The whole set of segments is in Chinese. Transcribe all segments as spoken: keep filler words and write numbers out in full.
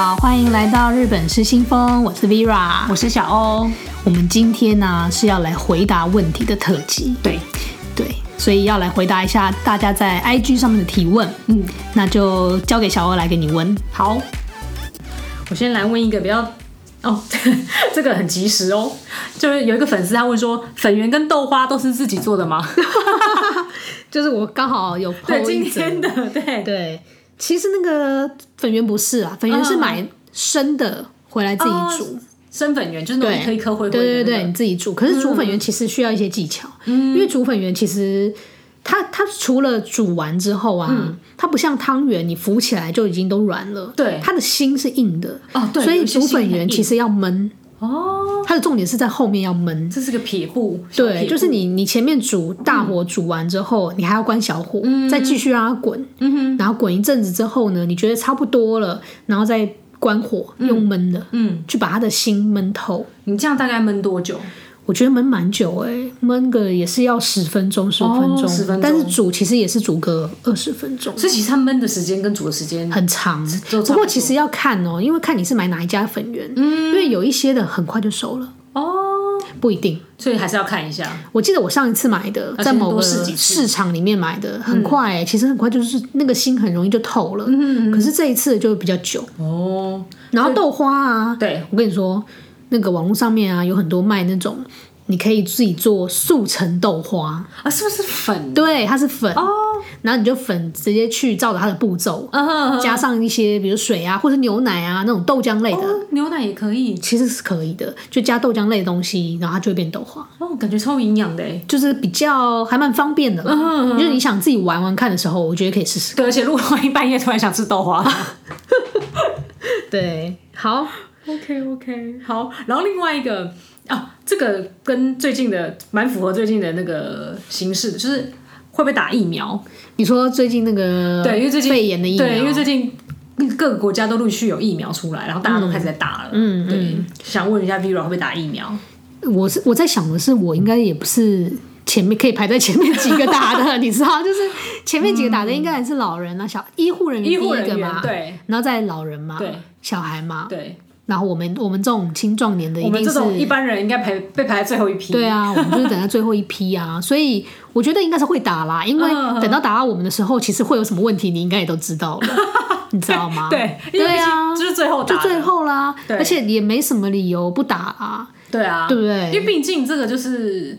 好，欢迎来到日本失心疯，我是 Vera， 我是小欧。 我们今天呢是要来回答问题的特辑， 对对，所以要来回答一下大家在 I G 上面的提问。嗯，那就交给小欧来给你问。 好，我先来问一个比较哦，这个很及时哦，就是有一个粉丝他问说，粉圆跟豆花都是自己做的吗？ 就是我刚好有 po 对一今天的，对对，其实那个粉圆不是啊，粉圆是买生的回来自己煮。哦， 生粉圆就是那种一颗一颗灰灰的、那個、 对对对，你自己煮。可是煮粉圆其实需要一些技巧，嗯、因为煮粉圆其实它它除了煮完之后啊，嗯、它不像汤圆，你浮起来就已经都软了。对，它的心是硬的。哦，对，所以煮粉圆其实要焖。哦，它的重点是在后面要焖， 这是个撇步。 对，就是你你前面煮大火煮完之后，嗯、你还要关小火，嗯、再继续让它滚。嗯哼，然后滚一阵子之后呢，你觉得差不多了，然后再关火用焖的，嗯，去把它的心焖透。 你这样大概焖多久？ 我觉得焖蛮久哎、欸，焖个也是要十分钟、十五分钟，十分钟。但是煮其实也是煮个二十分钟。 所以其实它焖的时间跟煮的时间很长。不, 不过其实要看哦、喔，因为看你是买哪一家粉圆，嗯，因为有一些的很快就熟了哦，不一定， 所以还是要看一下。 我记得我上一次买的，在某个市场里面买的，很快哎、欸，其实很快就是那个心很容易就透了。嗯，可是这一次就比较久哦。然后豆花啊，对，我跟你说。那个网络上面啊，有很多卖那种，你可以自己做速成豆花啊，是不是粉？ 对，它是粉哦。然后你就粉直接去照着它的步骤，嗯、加上一些比如水啊，或者牛奶啊那种豆浆类的、哦， 牛奶也可以， 其实是可以的，就加豆浆类的东西，然后它就会变豆花。 哦，感觉超营养的哎， 就是比较还蛮方便的啦。嗯、就是你想自己玩玩看的时候，我觉得可以试试。 对，而且如果万一半夜突然想吃豆花， 对，好。 OK OK 好，然后另外一个啊，这个跟最近的蛮符合最近的那个形势的，就是会不会打疫苗？ 你说最近那个对，因为最近肺炎的疫苗， 对，因为最近各个国家都陆续有疫苗出来，然后大家都开始在打了。嗯，对，嗯、想问一下 Vera 会不会打疫苗？ 我是我在想的是，我应该也不是前面可以排在前面几个打的，你知道，就是前面几个打的应该还是老人啊，小医护人员第一个嘛，对，然后再老人嘛，对，小孩嘛，对。然后我们我们这种青壮年的一定是， 我们这种一般人应该排被排在最后一批。 对啊，我们就是等在最后一批啊，所以我觉得应该是会打啦，因为等到打到我们的时候，其实会有什么问题，你应该也都知道了，你知道吗？ 对对啊， 就是最后打就最后啦，而且也没什么理由不打啊。 对啊， 对不对？ 因为毕竟这个就是，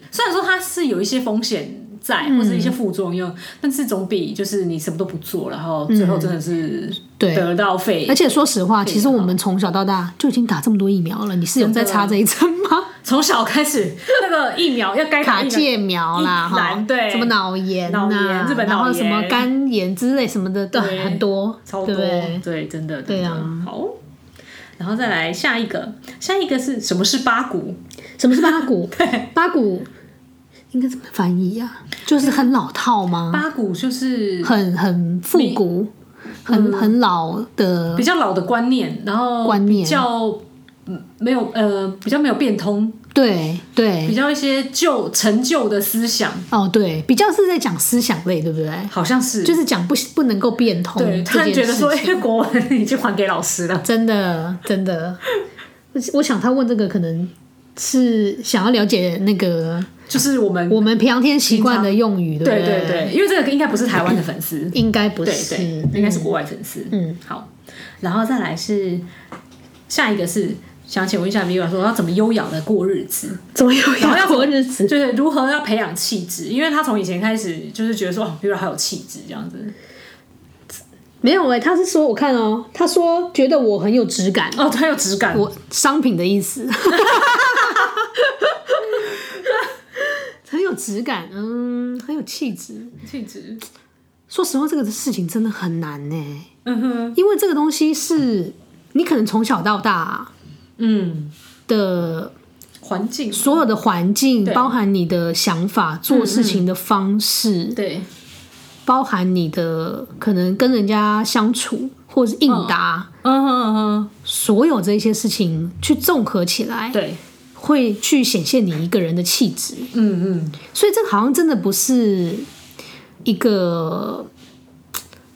虽然说它是有一些风险在，或是一些副作用，嗯、但是总比就是你什么都不做，然后最后真的是得到肺、 嗯。而且说实话，其实我们从小到大就已经打这么多疫苗了，你是有在插这一针吗？ 从小开始，那个疫苗要该打卡介苗啦，哈，对，什么脑炎、脑炎、日本脑炎， 然后什么肝炎之类什么的，对，很多， 超多，对，对真的， 对啊， 好。然后再来下一个，下一个是什么是八股？ 什么是八股？对，八股应该怎么翻译呀、啊？就是很老套吗？ 八股就是很很复古，很很老的， 比较老的观念，然后观念比较没有呃比较没有变通。 对对， 比较一些旧陈旧的思想哦，对，比较是在讲思想类，对不对？ 好像是， 就是讲不不能够变通。 对，他觉得说，因为国文已经还给老师了， 真的真的。我想他问这个可能是想要了解那个， 就是我们我们平常天习惯的用语，对不对？ 对对对，因为这个应该不是台湾的粉丝， 应该不是， 对对，应该是国外粉丝。嗯，好，然后再来是下一个是。想请问一下 Vera 说要怎么优雅的过日子？ 怎么优雅过日子？ 就是如何要培养气质？因为他从以前开始就是觉得说 Vera 好有气质这样子。 没有哎、欸，他是说我看哦，他说觉得我很有质感哦，很有质感， 我商品的意思，很有质感，嗯，很有气质， 气质。 说实话，这个事情真的很难呢、欸，嗯哼，因为这个东西是你可能从小到大。嗯的环境， 所有的环境包含你的想法、做事情的方式，嗯嗯对，包含你的可能跟人家相处或是应答，嗯哼嗯哼，所有这些事情去综合起来，对，会去显现你一个人的气质，嗯嗯，所以这好像真的不是一个。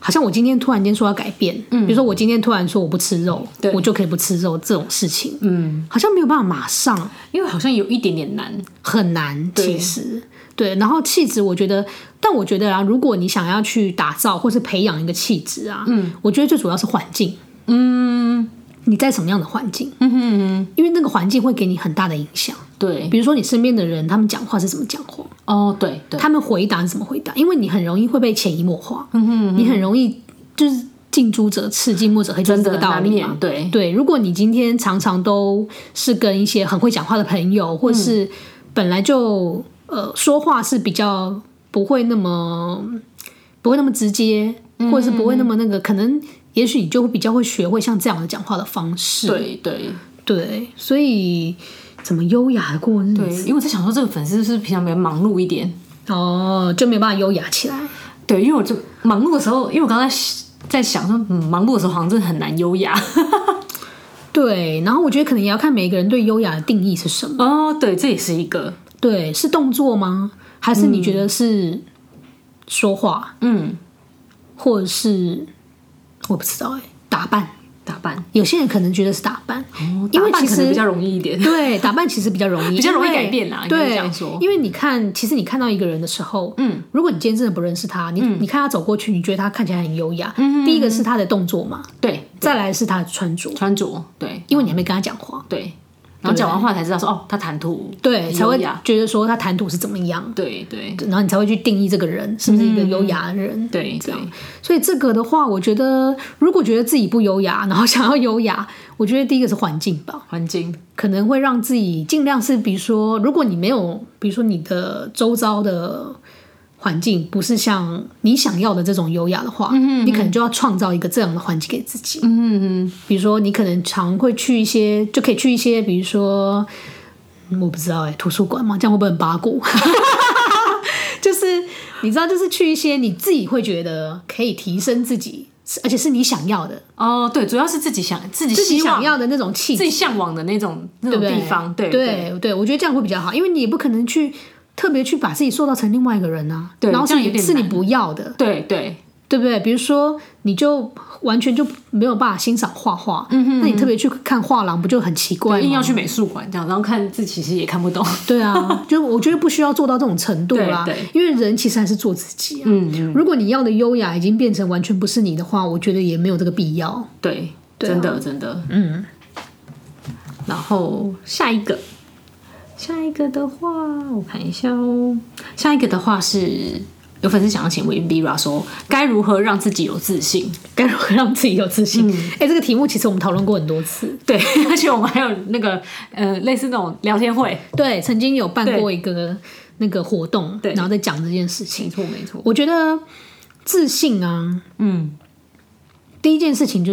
好像我今天突然间说要改变，嗯，比如说我今天突然说我不吃肉，我就可以不吃肉这种事情，嗯，好像没有办法马上， 因为好像有一点点难， 很难，其实对。然后气质，我觉得，但我觉得啊，如果你想要去打造或是培养一个气质啊，嗯，我觉得最主要是环境，嗯。你在什么样的环境？嗯哼嗯哼，因为那个环境会给你很大的影响。 对， 比如说你身边的人，他们讲话是怎么讲话？ 哦，对对， 他们回答是怎么回答？因为你很容易会被潜移默化。嗯哼嗯哼，你很容易就是近朱者赤，近墨者黑，就是这个道理嘛。 对对，如果你今天常常都是跟一些很会讲话的朋友，或是本来就呃说话是比较不会那么不会那么直接，或者是不会那么那个，可能。也许你就会比较会学会像这样的讲话的方式， 对对对，所以怎么优雅的过日子？ 对，因为我在想说，这个粉丝是不是平常比较忙碌一点， 哦，就没有办法优雅起来。 对，因为我就忙碌的时候，因为我刚才在想说，嗯，忙碌的时候好像真的很难优雅。 对，然后我觉得可能也要看每一个人对优雅的定义是什么。 哦，对，这也是一个。 对，是动作吗？还是你觉得是说话？嗯，或者是？我不知道哎、欸，打扮， 打扮， 有些人可能觉得是打扮， 哦、因为其实比较容易一点。 对，打扮其实比较容易， 比较容易改变啦。 对， 这样说， 因为你看，其实你看到一个人的时候，嗯，如果你今天真的不认识他，你、嗯、你看他走过去，你觉得他看起来很优雅，嗯，第一个是他的动作嘛， 对， 再来是他的穿着， 穿着，对， 因为你还没跟他讲话， 对。然后讲完话才知道说哦，他谈吐对，才会觉得说他谈吐是怎么样， 对对， 然后你才会去定义这个人是不是一个优雅的人，嗯、 对这样。 所以这个的话，我觉得如果觉得自己不优雅，然后想要优雅，我觉得第一个是环境吧， 环境可能会让自己尽量是，比如说，如果你没有，比如说你的周遭的环境不是像你想要的这种优雅的话，嗯、你可能就要创造一个这样的环境给自己。嗯嗯，比如说你可能常会去一些，就可以去一些，比如说我不知道哎、欸，图书馆嘛，这样会不会很八股？就是你知道，就是去一些你自己会觉得可以提升自己，而且是你想要的。 哦，对，主要是自己想自己自己想要的那种气质， 自己向往的那种那种地方。对对 对, 对, 对，我觉得这样会比较好，因为你也不可能去。特别去把自己塑造成另外一个人啊， 对， 然后是你是你不要的， 对对对不对？比如说，你就完全就没有办法欣赏画画，嗯哼，那你特别去看画廊，不就很奇怪吗？ 硬要去美术馆这样，然后看自己其实也看不懂。 对啊，就我觉得不需要做到这种程度啦，对对，因为人其实还是做自己啊。嗯嗯，如果你要的优雅已经变成完全不是你的话，我觉得也没有这个必要。 对，对啊、真的真的，嗯。然后下一个。下一个的话，我看一下哦。下一个的话是有粉丝想要请问 Vera 说，该如何让自己有自信？ 该如何让自己有自信？哎、嗯欸，这个题目其实我们讨论过很多次， 对，而且我们还有那个呃类似那种聊天会， 对，曾经有办过一个那个活动，然后在讲这件事情。 没错没错， 我觉得自信啊，嗯，第一件事情就是，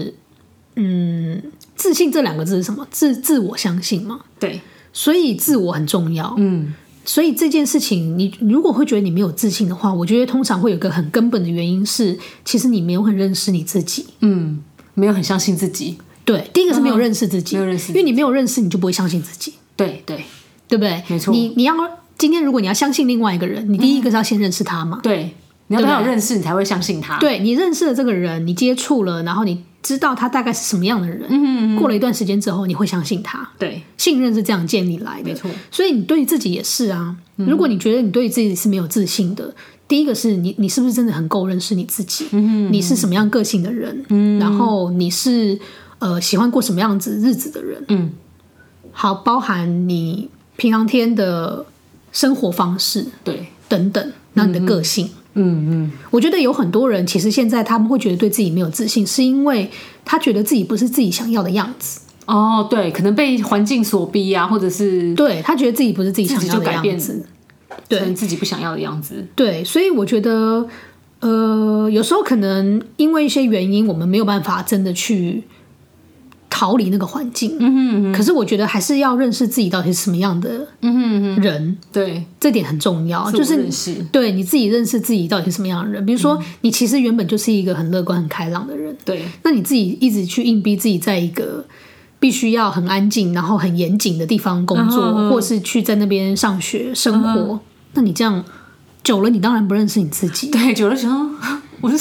嗯，自信这两个字是什么？自自我相信嘛， 对。 所以自我很重要，嗯，所以这件事情，你如果会觉得你没有自信的话，我觉得通常会有一个很根本的原因是，其实你没有很认识你自己， 嗯，没有很相信自己。 对，第一个是没有认识自己， 没有认识， 因为你没有认识，你就不会相信自己。 对对， 对不对？ 没错。 你你要今天如果你要相信另外一个人，你第一个是要先认识他嘛？ 对，你要跟他有认识，你才会相信他。 对，你认识了这个人，你接触了，然后你知道他大概是什么样的人，嗯嗯嗯，过了一段时间之后，你会相信他。 对， 信任是这样建立来的， 没错。 所以你对自己也是啊。嗯、如果你觉得你对自己是没有自信的，第一个是你，你是不是真的很够认识你自己？嗯嗯，你是什么样个性的人？嗯，然后你是呃喜欢过什么样子日子的人？嗯，好，包含你平常天的生活方式， 对， 等等，那你的个性。嗯嗯嗯，我觉得有很多人其实现在他们会觉得对自己没有自信，是因为他觉得自己不是自己想要的样子。 哦，对，可能被环境所逼啊，或者是对他觉得自己不是自己想要的样子， 对，成自己不想要的样子。 对，所以我觉得，呃，有时候可能因为一些原因，我们没有办法真的去逃离那个环境。嗯哼嗯哼，可是我觉得还是要认识自己到底是什么样的人。嗯哼嗯哼，对，这点很重要，就是对你自己认识自己到底是什么样的人。比如说，嗯、你其实原本就是一个很乐观、很开朗的人， 对， 那你自己一直去硬逼自己在一个必须要很安静，然后很严谨的地方工作，嗯、或是去在那边上学生活，嗯、那你这样久了，你当然不认识你自己。 对，久了想我是谁？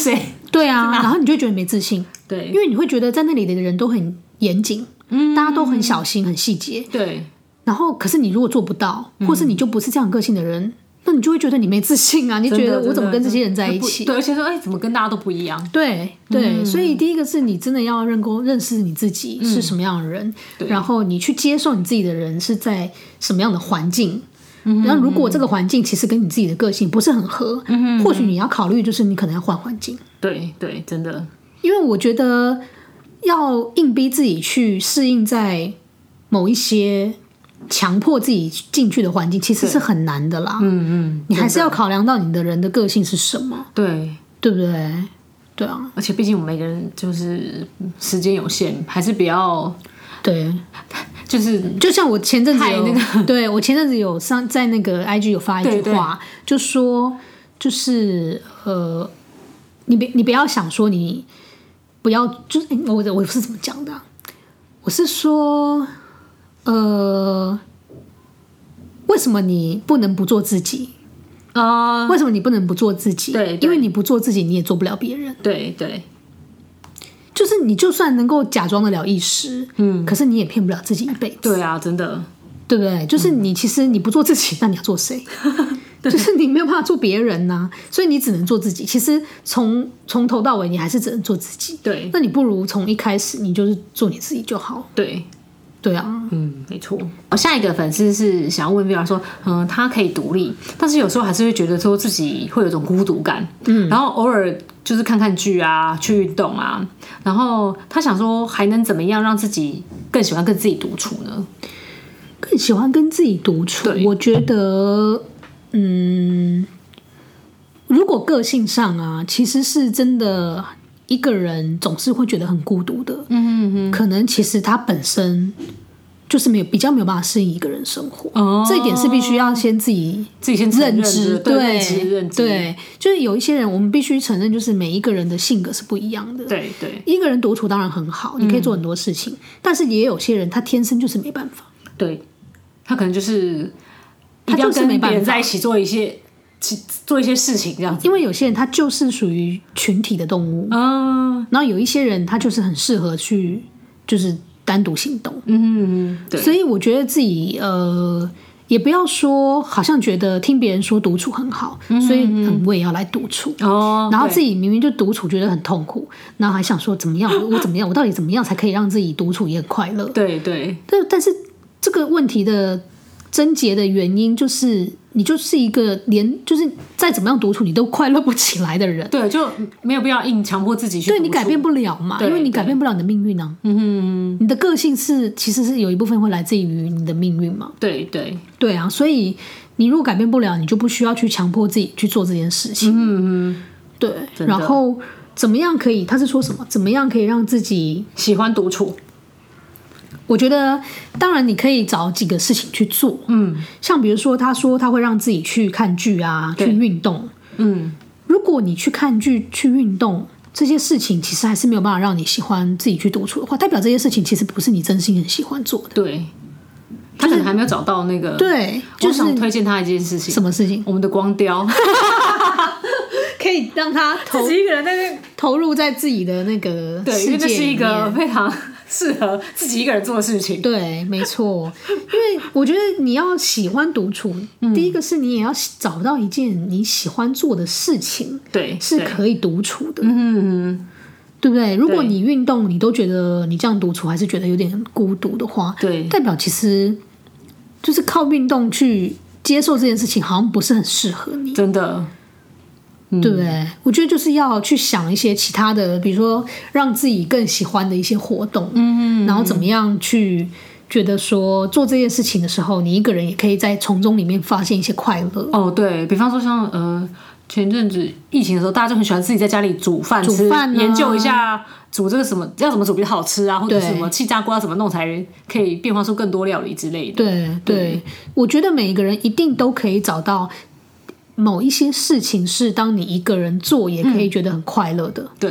对啊，然后你就会觉得没自信， 对， 因为你会觉得在那里的人都很严谨，嗯，大家都很小心、很细节， 对。 然后，可是你如果做不到，或是你就不是这样个性的人，那你就会觉得你没自信啊！你觉得我怎么跟这些人在一起？ 对，而且说，哎，怎么跟大家都不一样？ 对对、嗯，所以第一个是你真的要认够认识你自己是什么样的人，嗯、然后你去接受你自己的人是在什么样的环境。嗯、然后，如果这个环境其实跟你自己的个性不是很合，嗯、或许你要考虑，就是你可能要换环境。 对对，真的， 因为我觉得要硬逼自己去适应在某一些。强迫自己进去的环境其实是很难的啦，嗯嗯，你还是要考量到你的人的个性是什么， 对对不对？对啊， 而且毕竟我们每个人就是时间有限，还是比较对， 就是就像我前阵子有、那个、对我前阵子有上在那个 I G 有发一句话，就说就是呃，你别你不要想说你不要就是我我是怎么讲的、啊？我是说。呃，为什么你不能不做自己啊？ Uh, 为什么你不能不做自己？ 对， 因为你不做自己，你也做不了别人。 对对， 就是你就算能够假装得了一时，嗯，可是你也骗不了自己一辈子。 对啊，真的， 对不对？就是你其实你不做自己，那你要做谁？就是你没有办法做别人呐、啊，所以你只能做自己。其实从从头到尾，你还是只能做自己。 对， 那你不如从一开始你就是做你自己就好。 对。 对啊， 嗯，没错。下一个粉丝是想要问 Vera 说，嗯，他可以独立，但是有时候还是会觉得说自己会有一种孤独感，嗯，然后偶尔就是看看剧啊，去运动啊，然后他想说，还能怎么样让自己更喜欢跟自己独处呢？ 更喜欢跟自己独处，我觉得，嗯，如果个性上啊，其实是真的。一个人总是会觉得很孤独的，嗯哼哼，可能其实他本身就是没有比较没有办法适应一个人生活，哦，这一点是必须要先自己自己先认知， 对认知认知， 对，就是有一些人我们必须承认，就是每一个人的性格是不一样的， 对对， 一个人独处当然很好，你可以做很多事情，嗯，但是也有些人他天生就是没办法， 对，他可能就是他就是没办法跟别人在一起做一些。做一些事情这样子， 因为有些人他就是属于群体的动物，嗯，然后有一些人他就是很适合去就是单独行动，嗯，对，所以我觉得自己呃也不要说好像觉得听别人说独处很好，嗯，所以我也要来独处哦，然后自己明明就独处觉得很痛苦，然后还想说怎么样我怎么样我到底怎么样才可以让自己独处也很快乐， 对对， 但但是这个问题的症结的原因就是你就是一个连就是再怎么样独处你都快乐不起来的人， 对，就没有必要硬强迫自己去独处， 对，你改变不了嘛，因为你改变不了你的命运啊，嗯哼，你的个性是其实是有一部分会来自于你的命运嘛， 对对对啊，所以你如果改变不了，你就不需要去强迫自己去做这件事情，嗯哼，对，然后怎么样可以？他是说什么？怎么样可以让自己喜欢独处？ 我觉得，当然你可以找几个事情去做，嗯，像比如说，他说他会让自己去看剧啊，去运动，嗯，如果你去看剧、去运动这些事情，其实还是没有办法让你喜欢自己去独处的话，代表这些事情其实不是你真心很喜欢做的， 对。他可能还没有找到那个， 对，就是我想推荐他一件事情， 什么事情？ 我们的光雕。 可以让他投自己一个人在那投入在自己的那个世界里面，对， 因为这是一个非常适合自己一个人做的事情。 对，没错。因为我觉得你要喜欢独处，嗯，第一个是你也要找到一件你喜欢做的事情， 对， 是可以独处的，嗯，对不对？如果你运动你都觉得你这样独处还是觉得有点孤独的话， 对， 代表其实就是靠运动去接受这件事情，好像不是很适合你， 真的。 对不对？我觉得就是要去想一些其他的，比如说让自己更喜欢的一些活动，嗯，然后怎么样去觉得说做这件事情的时候，你一个人也可以在从中里面发现一些快乐。 哦，对，比方说像呃前阵子疫情的时候，大家就很喜欢自己在家里煮饭吃， 煮饭、啊、 研究一下煮这个什么要怎么煮比较好吃啊，或者什么气炸锅怎么弄才可以变化出更多料理之类的。 对 对, 对，我觉得每一个人一定都可以找到某一些事情是当你一个人做也可以觉得很快乐的， 嗯，对，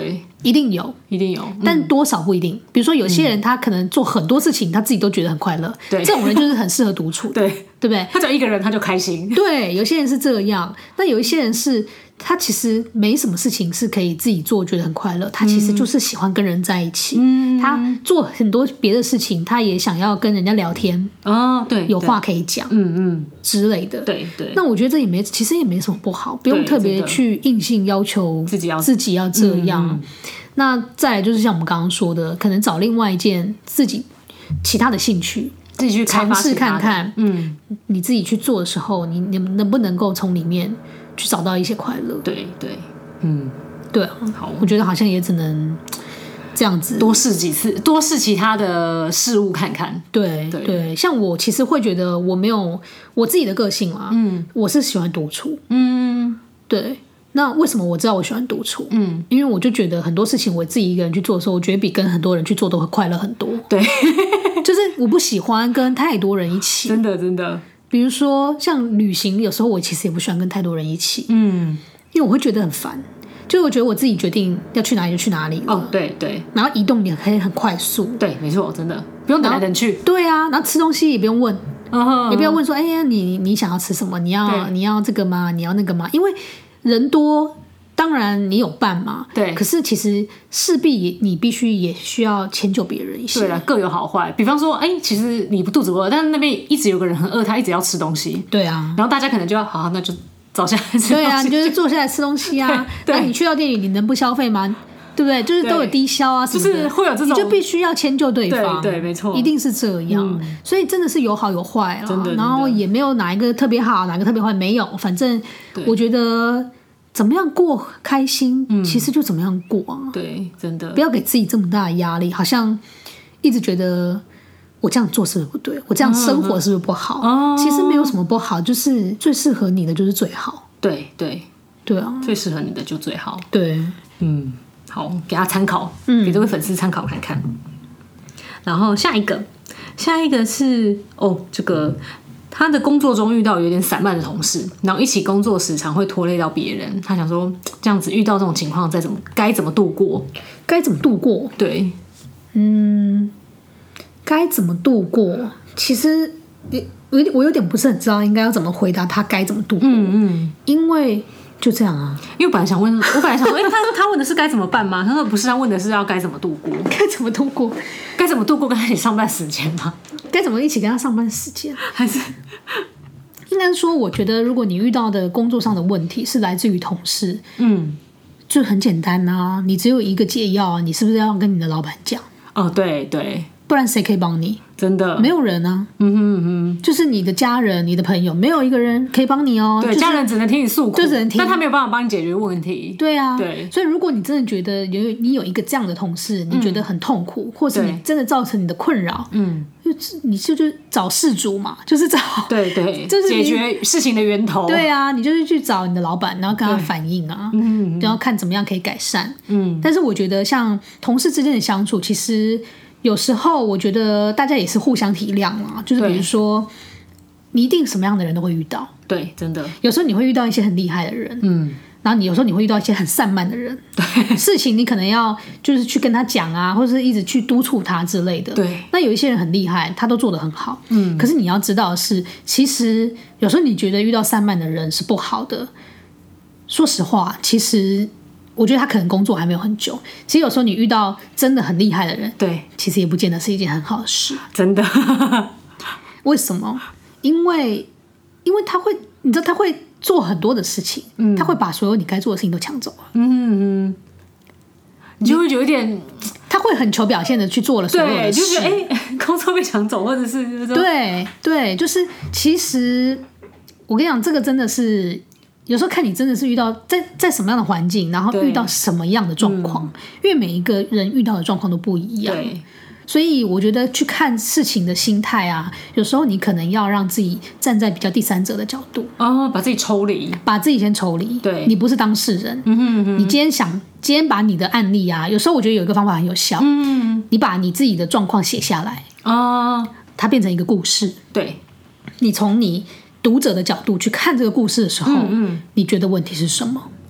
一定有， 一定有，嗯、 但多少不一定。比如说有些人他可能做很多事情，他自己都觉得很快乐，对，这种人就是很适合独处， 对， 对不对？ 他只要一个人他就开心。 对，有些人是这样，那有一些人是他其实没什么事情是可以自己做，觉得很快乐。他其实就是喜欢跟人在一起，嗯、他做很多别的事情，他也想要跟人家聊天， 哦，对， 有话可以讲，嗯嗯之类的， 对对。 那我觉得这也没，其实也没什么不好，不用特别去硬性要求自己要自己要这样。嗯嗯那再来就是像我们刚刚说的，可能找另外一件自己其他的兴趣， 自己去尝试看看， 嗯， 你自己去做的时候，你你能不能够从里面去找到一些快乐？ 对对，嗯， 对啊，好，我觉得好像也只能这样子， 多试几次，多试其他的事物看看。 对 对, 对，像我其实会觉得我没有我自己的个性啊，嗯，我是喜欢独处，嗯，对。那为什么我知道我喜欢独处？嗯，因为我就觉得很多事情我自己一个人去做的时候，我觉得比跟很多人去做都会快乐很多。 对， 就是我不喜欢跟太多人一起。 真的真的。 比如说像旅行，有时候我其实也不喜欢跟太多人一起。嗯，因为我会觉得很烦。就我觉得我自己决定要去哪里就去哪里了。 哦，对对。 然后移动也可以很快速。 对，没错，真的不用等来等去。 对啊，然后吃东西也不用问，嗯、也不要问说，哎呀，你你想要吃什么？你要你要这个吗？你要那个吗？因为人多，当然你有伴嘛，对。可是其实势必你必须也需要迁就别人一些， 对啦，各有好坏。比方说，哎、欸，其实你不肚子饿，但是那边一直有个人很饿，他一直要吃东西， 对啊。 然后大家可能就要好，那就找下来吃东西。 对啊，你就是坐下来吃东西啊。那你去到店里，你能不消费吗？对不对？就是都有低消啊什么的， 就是会有这种， 你就必须要迁就对方， 对对，没错， 一定是这样。嗯、所以真的是有好有坏啊， 真的。 然后也没有哪一个特别好，哪个特别坏，没有。反正我觉得怎么样过开心，嗯、其实就怎么样过啊。 对，真的， 不要给自己这么大的压力，好像一直觉得我这样做是不是不对，我这样生活是不是不好？嗯、其实没有什么不好，就是最适合你的就是最好。 对对对啊， 最适合你的就最好。 对， 嗯。好，给他参考，嗯，给这位粉丝参考看看。然后下一个，下一个是哦，这个他的工作中遇到有点散漫的同事，然后一起工作时常会拖累到别人。他想说，这样子遇到这种情况，再怎么该怎么度过？ 该怎么度过？ 对， 嗯，该怎么度过？其实我我有点不是很知道应该要怎么回答他该怎么度过。嗯嗯，因为。就这样啊， 因为我本来想问，我本来想说，哎、欸，他他问的是该怎么办吗？他说不是，他问的是要该怎么度过， 该怎么度过， 该怎么度过跟他一起上班时间吗？ 该怎么一起跟他上班时间？ 还是应该说，我觉得如果你遇到的工作上的问题是来自于同事，嗯，就很简单啊，你只有一个解药啊，你是不是要跟你的老板讲？ 哦，对对， 不然谁可以帮你？ 真的没有人啊，嗯哼嗯哼，就是你的家人、你的朋友，没有一个人可以帮你哦。 对， 就是、 家人只能听你诉苦， 就只能听， 但他没有办法帮你解决问题。 对啊， 对， 所以如果你真的觉得有你有一个这样的同事，你觉得很痛苦，嗯、或是你真的造成你的困扰，嗯，就你就就找事主嘛，就是找对对，就是解决事情的源头。 对啊，你就是去找你的老板，然后跟他反映啊，嗯，然后看怎么样可以改善。嗯，但是我觉得像同事之间的相处，其实。有时候我觉得大家也是互相体谅嘛，就是比如说你一定什么样的人都会遇到， 对，真的。有时候你会遇到一些很厉害的人，嗯，然后你有时候你会遇到一些很散漫的人，对，事情你可能要就是去跟他讲啊，或者是一直去督促他之类的，对。那有一些人很厉害，他都做得很好，嗯，可是你要知道的是，其实有时候你觉得遇到散漫的人是不好的，说实话，其实。我觉得他可能工作还没有很久，其实有时候你遇到真的很厉害的人，对，其实也不见得是一件很好的事， 真的。 为什么？因为因为他会，你知道他会做很多的事情，嗯，他会把所有你该做的事情都抢走了，嗯嗯， 你就会有一点， 他会很求表现的去做了所有的事， 对，就觉得哎、欸，工作被抢走，或者是对对，就是其实我跟你讲，这个真的是。有时候看你真的是遇到在在什么样的环境，然后遇到什么样的状况，嗯、因为每一个人遇到的状况都不一样，对，所以我觉得去看事情的心态啊，有时候你可能要让自己站在比较第三者的角度， 哦，把自己抽离， 把自己先抽离，对，你不是当事人，嗯哼嗯哼，你今天想今天把你的案例啊，有时候我觉得有一个方法很有效，嗯，你把你自己的状况写下来，哦，它变成一个故事，对，你从你。读者的角度去看这个故事的时候，嗯嗯你觉得问题是什么？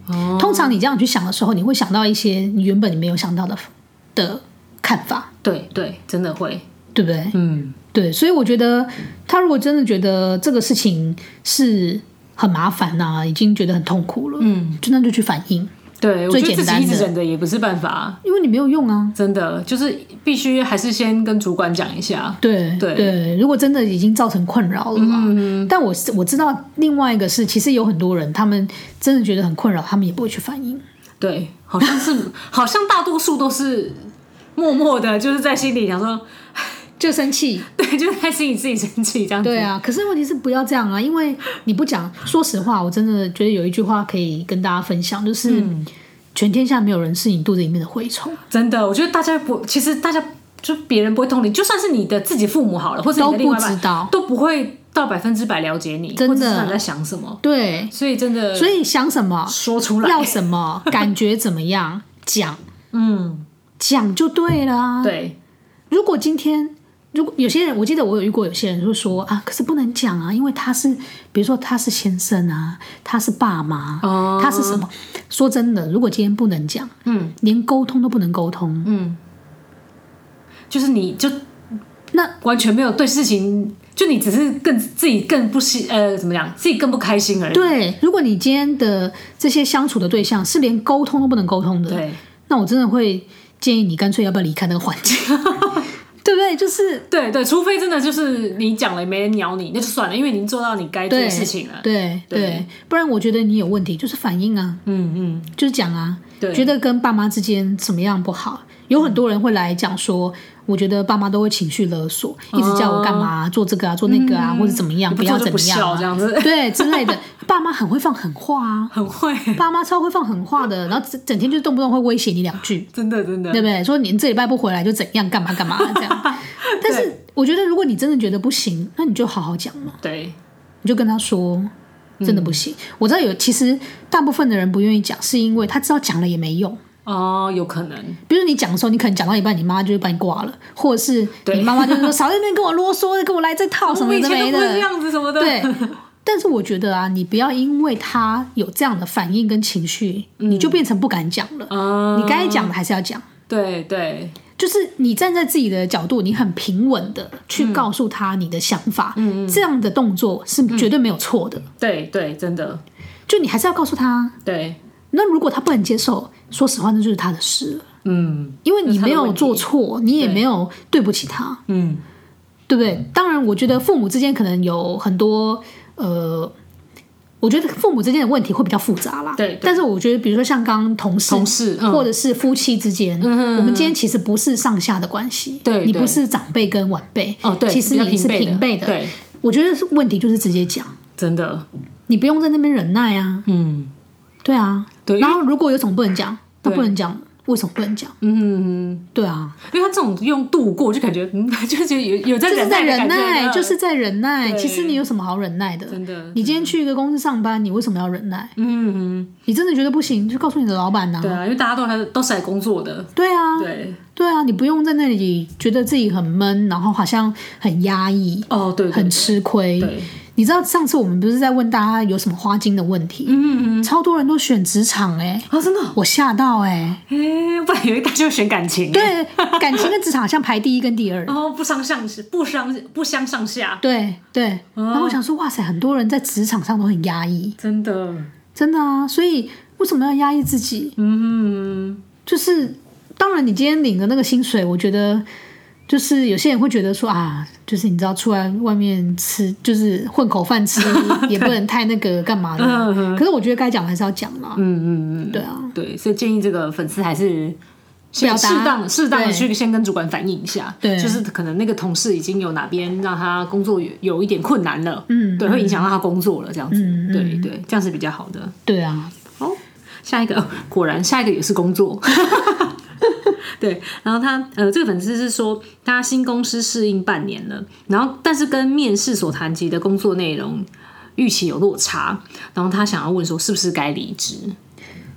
哦、通常你这样去想的时候，你会想到一些你原本你没有想到的的看法。 对对，真的会， 对不对？嗯，对。所以我觉得他如果真的觉得这个事情是很麻烦啊，已经觉得很痛苦了，嗯，就那就去反应。 对，我觉得自己一直忍的也不是办法， 因为你没有用啊， 真的就是必须还是先跟主管讲一下。 对 对, 对，如果真的已经造成困扰了嘛，嗯、但我我知道另外一个是，其实有很多人他们真的觉得很困扰，他们也不会去反应。 对，好像是好像大多数都是默默的，就是在心里想说。 就生气， 对，就在心里自己生气这样子。 对啊，可是问题是不要这样啊，因为你不讲，说实话，我真的觉得有一句话可以跟大家分享，就是、嗯、全天下没有人是你肚子里面的蛔虫。真的，我觉得大家不，其实大家就别人不会同理，就算是你的自己父母好了，或者你的另外一半，都不知道，都不会到百分之百了解你，真的，或者知道你在想什么。 对， 所以真的， 所以想什么说出来， 要什么，感觉怎么样讲，嗯，讲就对了啊。 对， 如果今天。如果有些人，我记得我有遇过有些人就说啊，可是不能讲啊，因为他是，比如说他是先生啊，他是爸妈，哦、他是什么？说真的，如果今天不能讲，嗯，连沟通都不能沟通，嗯， 就是你就那完全没有对事情，就你只是更自己更不喜呃怎么讲，自己更不开心而已。 对，如果你今天的这些相处的对象是连沟通都不能沟通的， 对， 那我真的会建议你干脆要不要离开那个环境。对不对？就是对对，除非真的就是你讲了没人鸟你，那就算了，因为你做到你该做的事情了。 对 对, 对，不然我觉得你有问题，就是反应啊，嗯嗯，就是讲啊，觉得跟爸妈之间怎么样不好，有很多人会来讲说，我觉得爸妈都会情绪勒索，一直叫我干嘛、啊、做这个啊，做那个啊，嗯、或者怎么样，不要怎么样、啊， 这样子， 对之类的。爸妈很会放狠话啊， 很会， 爸妈超会放狠话的，然后整天就动不动会威胁你两句， 真的真的， 对不对？说你这礼拜不回来就怎样干嘛干嘛这样。但是我觉得，如果你真的觉得不行，那你就好好讲嘛。 对， 你就跟他说，真的不行。嗯、我知道有，其实大部分的人不愿意讲，是因为他知道讲了也没用。 哦，有可能。 比如你讲的时候，你可能讲到一半，你妈就会把你挂了，或者是你妈妈就说少在那边跟我啰嗦，跟我来这套什么的没的， 这样子什么的。 对。但是我觉得啊，你不要因为他有这样的反应跟情绪，嗯、你就变成不敢讲了。嗯、你该讲的还是要讲。 对对。 就是你站在自己的角度，你很平稳的去告诉他你的想法，嗯、这样的动作是绝对没有错的。 嗯、对对，真的。 就你还是要告诉他。 对。 那如果他不能接受，说实话，那就是他的事了。嗯。因为你没有做错，你也没有对不起他。嗯。对不对？当然，我觉得父母之间可能有很多呃。我觉得父母之间的问题会比较复杂啦， 对, 对， 但是我觉得比如说像刚刚同事同事、嗯、 或者是夫妻之间、嗯、我们今天其实不是上下的关系， 对， 你不是长辈跟晚辈、哦、对，其实你是平辈的， 对， 我觉得问题就是直接讲， 真的， 你不用在那边忍耐啊，嗯，对啊，对，然后如果有什么不能讲，那不能讲为什么不能讲？嗯，对啊， 因为他这种用度过，就感觉嗯，就是有有在忍耐的感觉， 就是在忍耐，就是在忍耐。其实你有什么好忍耐的？ 真的， 你今天去一个公司上班，你为什么要忍耐？嗯，你真的觉得不行，就告诉你的老板呐、啊。 对啊，因为大家都还都是来工作的。 对啊， 对对啊，你不用在那里觉得自己很闷，然后好像很压抑， 哦，对，对，对， 很吃亏。 对。 你知道上次我们不是在问大家有什么花精的问题？嗯嗯，超多人都选职场哎、 欸，啊真的，我吓到哎、欸， 哎、欸，不然有一大就选感情、欸， 对，感情跟职场好像排第一跟第二， 哦，不相上不相不相上下， 对对，哦、然后我想说哇塞，很多人在职场上都很压抑， 真的真的啊，所以为什么要压抑自己？嗯，就是当然你今天领的那个薪水，我觉得。就是有些人会觉得说啊，就是你知道出来外面吃，就是混口饭吃，也不能太那个干嘛的。可是我觉得该讲还是要讲嘛。嗯嗯嗯，对啊， 对，所以建议这个粉丝还是适当适当的去先跟主管反映一下，对，就是可能那个同事已经有哪边让他工作有有一点困难了，嗯，对，会影响到他工作了，这样子，嗯、对对，这样是比较好的。 对啊， 好，下一个、哦、果然下一个也是工作。对，然后他呃，这个粉丝是说，他新公司适应半年了，然后但是跟面试所谈及的工作内容预期有落差，然后他想要问说，是不是该离职？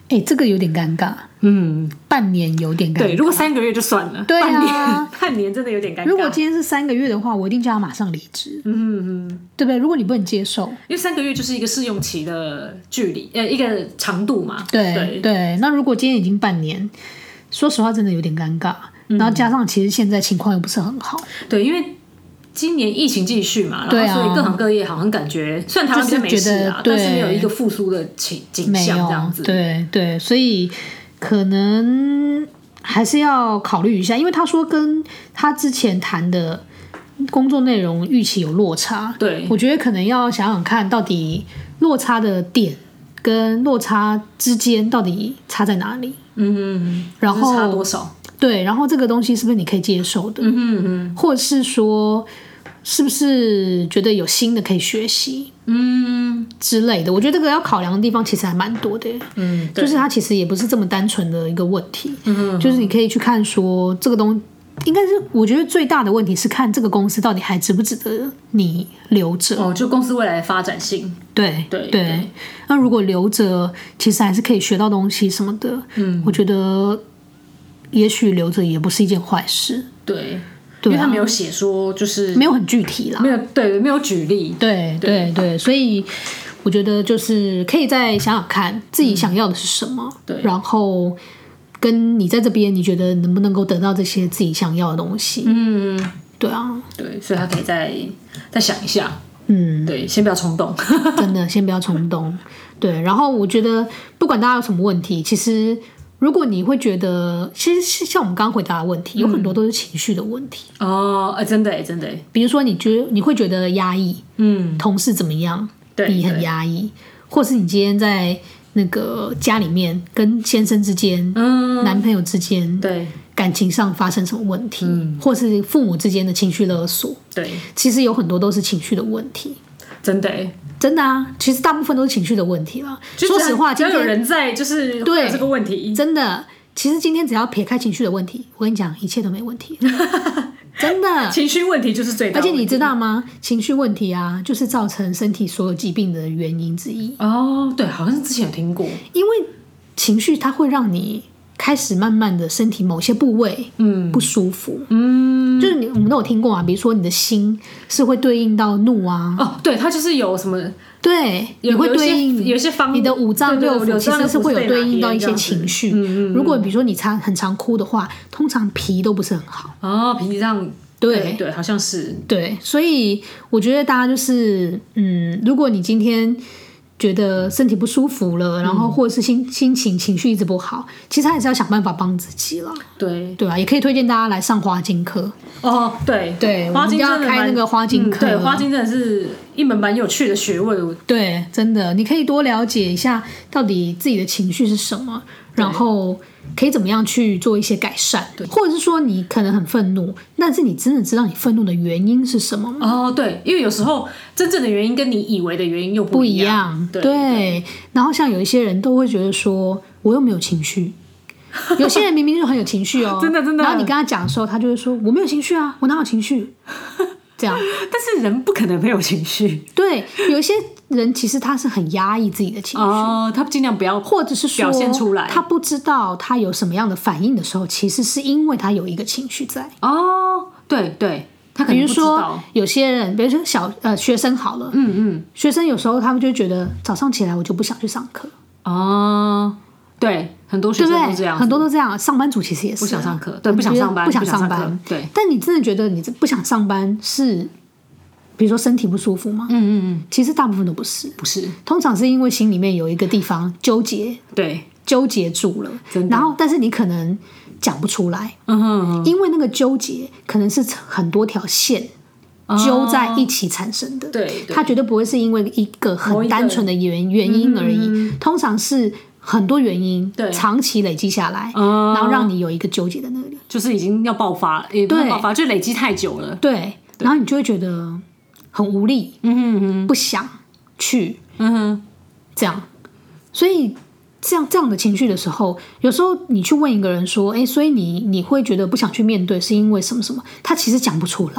哎、欸，这个有点尴尬。嗯，半年有点尴尬。 对，如果三个月就算了。 对啊， 半年半年真的有点尴尬。 如果今天是三个月的话，我一定叫他马上离职。嗯嗯，对不对？如果你不能接受， 因为三个月就是一个试用期的距离，呃，一个长度嘛。 对 对, 对。那如果今天已经半年，说实话真的有点尴尬。嗯、然后加上其实现在情况又不是很好。 对，因为今年疫情继续嘛，然后所以各行各业好像感觉，虽然台湾比较没事啊，但是没有一个复苏的景景象这样子。 对对，所以可能还是要考虑一下，因为他说跟他之前谈的工作内容预期有落差。 对， 我觉得可能要想想看到底落差的点跟落差之间到底差在哪里。嗯，然后差多少？ 对，然后这个东西是不是你可以接受的？嗯嗯，或者是说是不是觉得有新的可以学习，嗯之类的？我觉得这个要考量的地方其实还蛮多的。嗯，就是它其实也不是这么单纯的一个问题。嗯，就是你可以去看说这个东，应该是我觉得最大的问题是看这个公司到底还值不值得你留着。 哦，就公司未来的发展性。 对对 对, 对。那如果留着，其实还是可以学到东西什么的。嗯，我觉得也许留着也不是一件坏事。 对。因为他没有写说，就是没有很具体啦， 没有对，没有举例， 对对 对, 对，所以我觉得就是可以再想想看自己想要的是什么，嗯、对，然后跟你在这边，你觉得能不能够得到这些自己想要的东西？嗯，对啊， 对，所以他可以再再想一下，嗯，对，先不要冲动， 真的先不要冲动，对，然后我觉得不管大家有什么问题，其实。如果你会觉得，其实像我们刚刚回答的问题，有很多都是情绪的问题。 嗯、哦，呃，真的耶，真的耶。 比如说，你觉得你会觉得压抑，嗯，同事怎么样， 对， 你很压抑，或是你今天在那个家里面跟先生之间、嗯，男朋友之间， 对， 感情上发生什么问题，嗯，或是父母之间的情绪勒索， 对， 其实有很多都是情绪的问题。 真的耶。 真的啊，其实大部分都是情绪的问题了。说实话， 只要有人在，就是会有这个问题。 真的，其实今天只要撇开情绪的问题，我跟你讲，一切都没问题。真的， 情绪问题就是最大的问题。 而且你知道吗？情绪问题啊，就是造成身体所有疾病的原因之一。 哦，对，好像之前有听过。 因为情绪它会让你开始慢慢的身体某些部位嗯不舒服，嗯，就是你我们都有听过啊，比如说你的心是会对应到怒啊， 哦，对，它就是有什么对，你会对应有些方你的五脏六腑其实是会有对应到一些情绪。嗯嗯，如果比如说你常很常哭的话，通常脾都不是很好哦，脾脏对 对, 对，好像是对，所以我觉得大家就是嗯，如果你今天。觉得身体不舒服了，然后或者是心心情情绪一直不好，其实还是要想办法帮自己了。 对对啊，也可以推荐大家来上花精课。 哦，对对， 花精要开那个花精课、 嗯。对，花精真的是一门蛮有趣的学问。 对，真的，你可以多了解一下到底自己的情绪是什么，然后可以怎么样去做一些改善。对，或者是说你可能很愤怒，但是你真的知道你愤怒的原因是什么吗？ 哦，对，因为有时候真正的原因跟你以为的原因又不一样。 不一样， 对， 对。然后像有一些人都会觉得说，我又没有情绪。有些人明明就很有情绪哦， 真的真的。 然后你跟他讲的时候，他就会说我没有情绪啊，我哪有情绪？这样。 但是人不可能没有情绪。 对，有一些人其实他是很压抑自己的情绪， 哦，他尽量不要， 或者是说表现出来。 他不知道他有什么样的反应的时候，其实是因为他有一个情绪在。 哦，对对。他可能不知道。比如说有些人，比如说小呃学生好了，嗯嗯，学生有时候他们就觉得早上起来我就不想去上课。 哦，对，很多学生都这样， 很多都这样。上班族其实也是、啊、 不想上课，对，不想上班， 不想上班， 对。 但你真的觉得你不想上班是，比如说身体不舒服吗？嗯嗯嗯，其实大部分都不是， 不是， 通常是因为心里面有一个地方纠结， 对， 纠结住了，然后但是你可能讲不出来，嗯哼嗯哼，因为那个纠结可能是很多条线。揪在一起产生的， 哦、对， 它绝对不会是因为一个很单纯的原原因而已，嗯、通常是很多原因长期累积下来，嗯、然后让你有一个纠结在那里， 就是已经要爆发了，也不是爆发，就累积太久了， 对，然后你就会觉得很无力，嗯哼哼，不想去，嗯哼，这样，所以这样这样的情绪的时候，有时候你去问一个人说，哎，所以你你会觉得不想去面对，是因为什么什么？他其实讲不出来。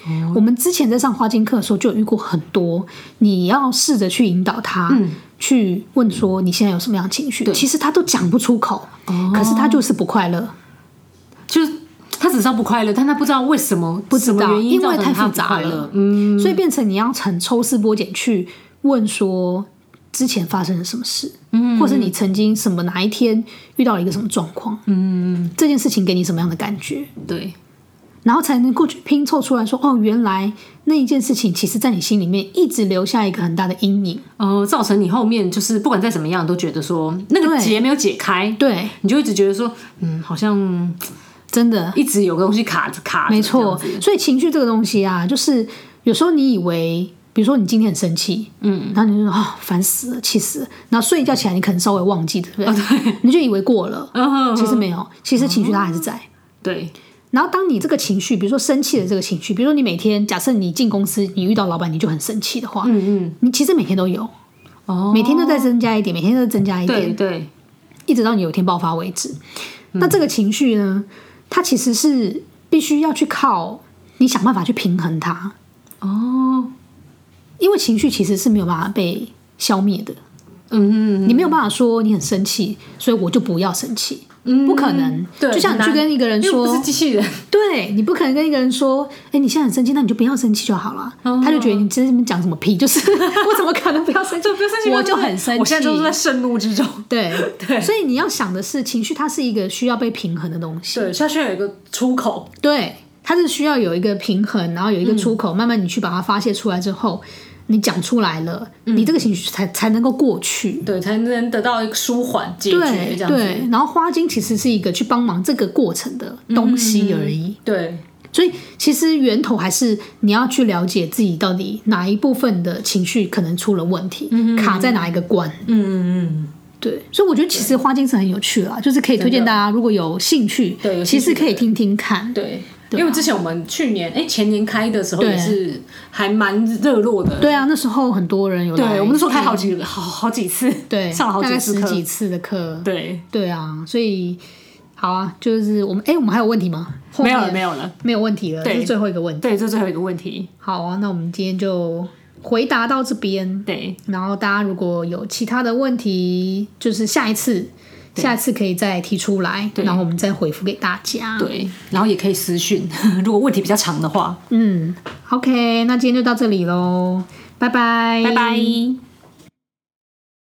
哦、我们之前在上花精课的时候就有遇过很多，你要试着去引导他、嗯、去问说你现在有什么样的情绪，其实他都讲不出口、哦、可是他就是不快乐， 就是他只知道不快乐，但他不知道为什么， 不知道，因为太复杂了、嗯、 所以变成你要很抽丝剥茧去问说之前发生了什么事、嗯、或是你曾经什么哪一天遇到了一个什么状况、嗯、这件事情给你什么样的感觉， 对， 然后才能够去拼凑出来说，哦，原来那一件事情其实在你心里面一直留下一个很大的阴影， 呃，造成你后面就是不管再怎么样都觉得说那个结没有解开， 对， 你就一直觉得说嗯，好像真的一直有个东西卡着卡着， 没错。所以情绪这个东西啊，就是有时候你以为比如说你今天很生气，嗯，然后你就说啊烦死了，气死了，然后睡一觉起来你可能稍微忘记，对不对？哦、对，你就以为过了，嗯、其实没有，其实情绪它还是在， 对。 然后当你这个情绪比如说生气的这个情绪，比如说你每天假设你进公司你遇到老板你就很生气的话，嗯嗯，你其实每天都有，哦，每天都在增加一点，每天都增加一点， 对对， 一直到你有一天爆发为止、嗯、那这个情绪呢它其实是必须要去靠你想办法去平衡它，哦，因为情绪其实是没有办法被消灭的，嗯嗯嗯，你没有办法说你很生气所以我就不要生气，嗯、不可能，就像你去跟一个人说， 不是机器人， 对，你不可能跟一个人说，哎，你现在很生气，那你就不要生气就好了。哦、他就觉得你在这边讲什么屁，就是我怎么可能不要生气？ 不要生气， 我就很生气， 我现在就是在盛怒之中。 对对，所以你要想的是，情绪它是一个需要被平衡的东西， 对，它需要有一个出口， 对，它是需要有一个平衡，然后有一个出口，嗯、慢慢你去把它发泄出来之后。你讲出来了、嗯、你这个情绪才才能够过去， 对，才能得到一个舒缓解决这样子。 对，然后花精其实是一个去帮忙这个过程的东西而已、嗯、 对， 所以其实源头还是你要去了解自己到底哪一部分的情绪可能出了问题、嗯、卡在哪一个关，嗯嗯嗯，对，所以我觉得其实花精是很有趣啦，就是可以推荐大家如果有兴趣，对，其实可以听听看， 对。因为之前我们去年哎前年开的时候也是还蛮热络的， 对啊，那时候很多人有来， 对，我们那时候开好几个好好几次， 对， 上了好几次大概十几次的课， 对对啊，所以好啊，就是我们哎我们还有问题吗？ 没有了没有了没有问题了，这是最后一个问题， 对，这是最后一个问题。 好啊，那我们今天就回答到这边， 对， 然后大家如果有其他的问题，就是下一次。下次可以再提出来，然后我们再回复给大家。 对，然后也可以私讯，如果问题比较长的话。 嗯 ，OK， 那今天就到这里咯，拜拜， 拜拜。